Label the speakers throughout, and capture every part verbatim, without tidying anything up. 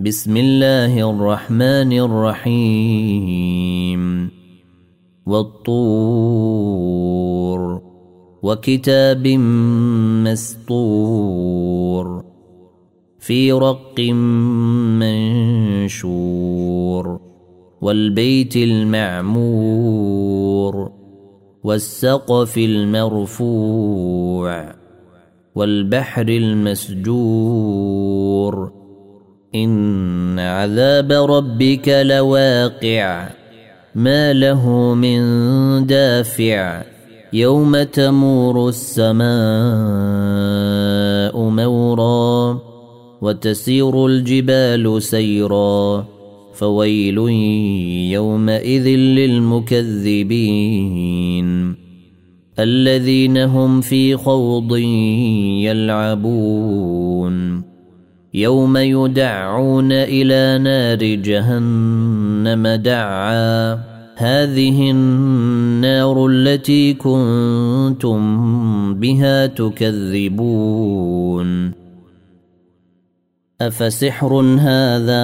Speaker 1: بسم الله الرحمن الرحيم والطور وكتاب مسطور في رق منشور والبيت المعمور والسقف المرفوع والبحر المسجور إن عذاب ربك لواقع ما له من دافع يوم تمور السماء مورا وتسير الجبال سيرا فويل يومئذ للمكذبين الذين هم في خوض يلعبون يوم يدعون إلى نار جهنم دعا هذه النار التي كنتم بها تكذبون أفسحر هذا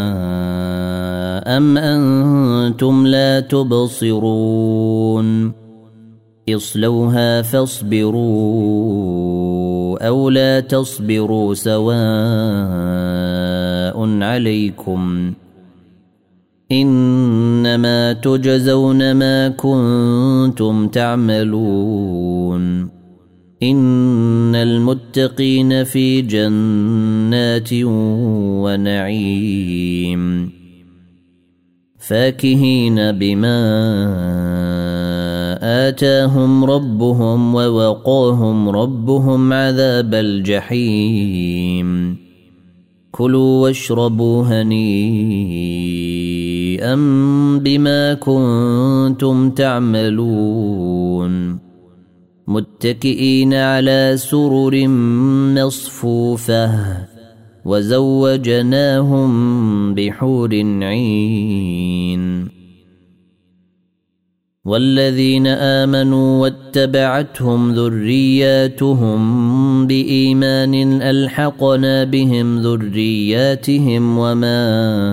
Speaker 1: أم أنتم لا تبصرون اصلوها فاصبروا أو لا تصبروا سواء عليكم إنما تجزون ما كنتم تعملون إن المتقين في جنات ونعيم فاكهين بما آتاهم ربهم ووقاهم ربهم عذاب الجحيم كلوا واشربوا هنيئا بما كنتم تعملون متكئين على سرر مصفوفة وزوجناهم بحور عين والذين آمنوا واتبعتهم ذرياتهم بإيمان ألحقنا بهم ذرياتهم وما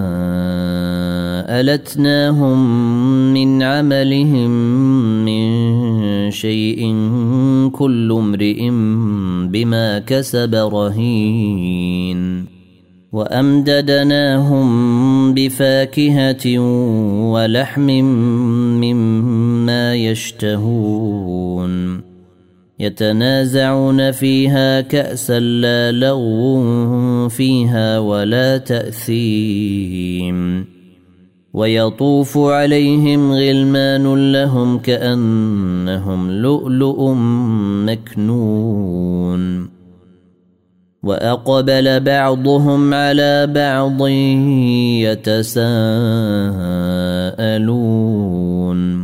Speaker 1: ألتناهم من عملهم من شيء كل امرئ بما كسب رهين وأمددناهم بفاكهة ولحم مما يشتهون يتنازعون فيها كأسا لا لغو فيها ولا تأثيم ويطوف عليهم غلمان لهم كأنهم لؤلؤ مكنون وأقبل بعضهم على بعض يتساءلون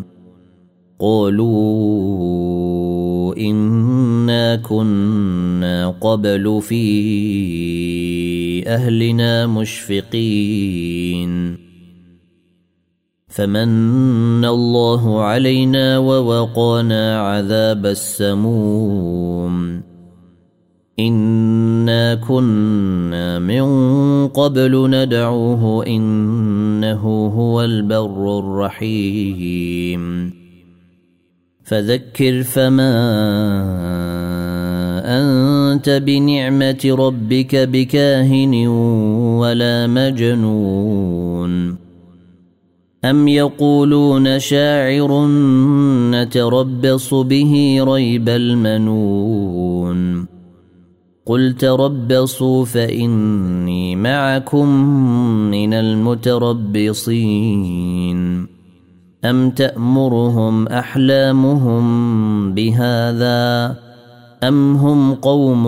Speaker 1: قالوا إنا كنا قبل في أهلنا مشفقين فمن الله علينا ووقانا عذاب السموم إنا كنا من قبل ندعوه إنه هو البر الرحيم فذكر فما أنت بنعمة ربك بكاهن ولا مجنون أم يقولون شاعر نتربص به ريب المنون قل تربصوا فإني معكم من المتربصين أم تأمرهم أحلامهم بهذا أم هم قوم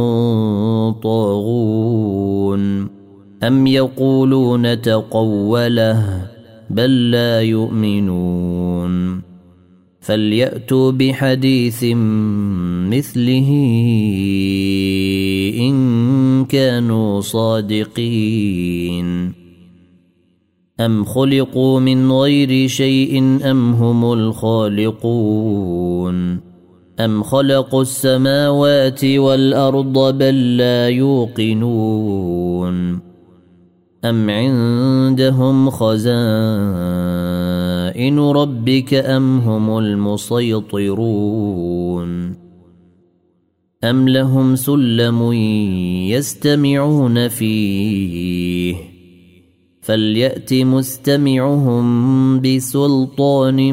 Speaker 1: طاغون أم يقولون تقوله بل لا يؤمنون فليأتوا بحديث مثله إن كانوا صادقين أم خلقوا من غير شيء أم هم الخالقون أم خلقوا السماوات والأرض بل لا يوقنون أم عندهم خزائن ربك أم هم المسيطرون أم لهم سلم يستمعون فيه فليأت مستمعهم بسلطان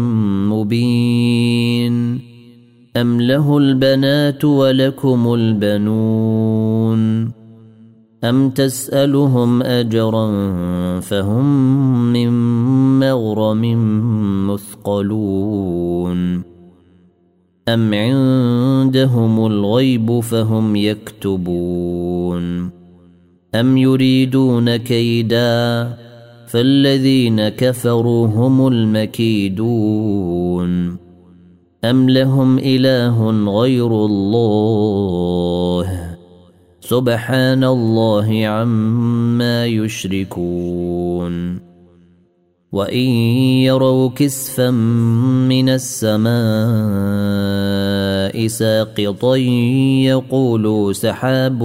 Speaker 1: مبين أم له البنات ولكم البنون أم تسألهم أجرا فهم من مغرم مثقلون أم عندهم الغيب فهم يكتبون أم يريدون كيدا فالذين كفروا هم المكيدون أم لهم إله غير الله سبحان الله عما يشركون وإن يروا كسفا من السماء ساقطا يقولوا سحاب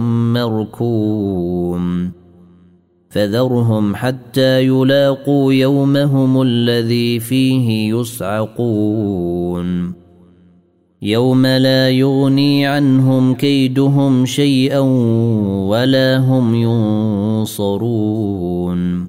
Speaker 1: مركوم فذرهم حتى يلاقوا يومهم الذي فيه يصعقون يوم لا يغني عنهم كيدهم شيئا ولا هم ينصرون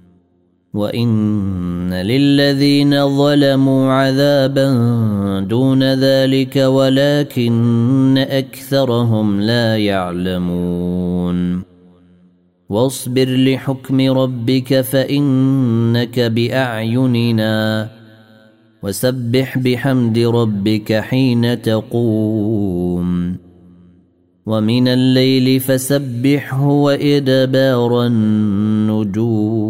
Speaker 1: وإن للذين ظلموا عذابا دون ذلك ولكن أكثرهم لا يعلمون واصبر لحكم ربك فإنك بأعيننا وسبح بحمد ربك حين تقوم ومن الليل فسبحه وإدبار النجوم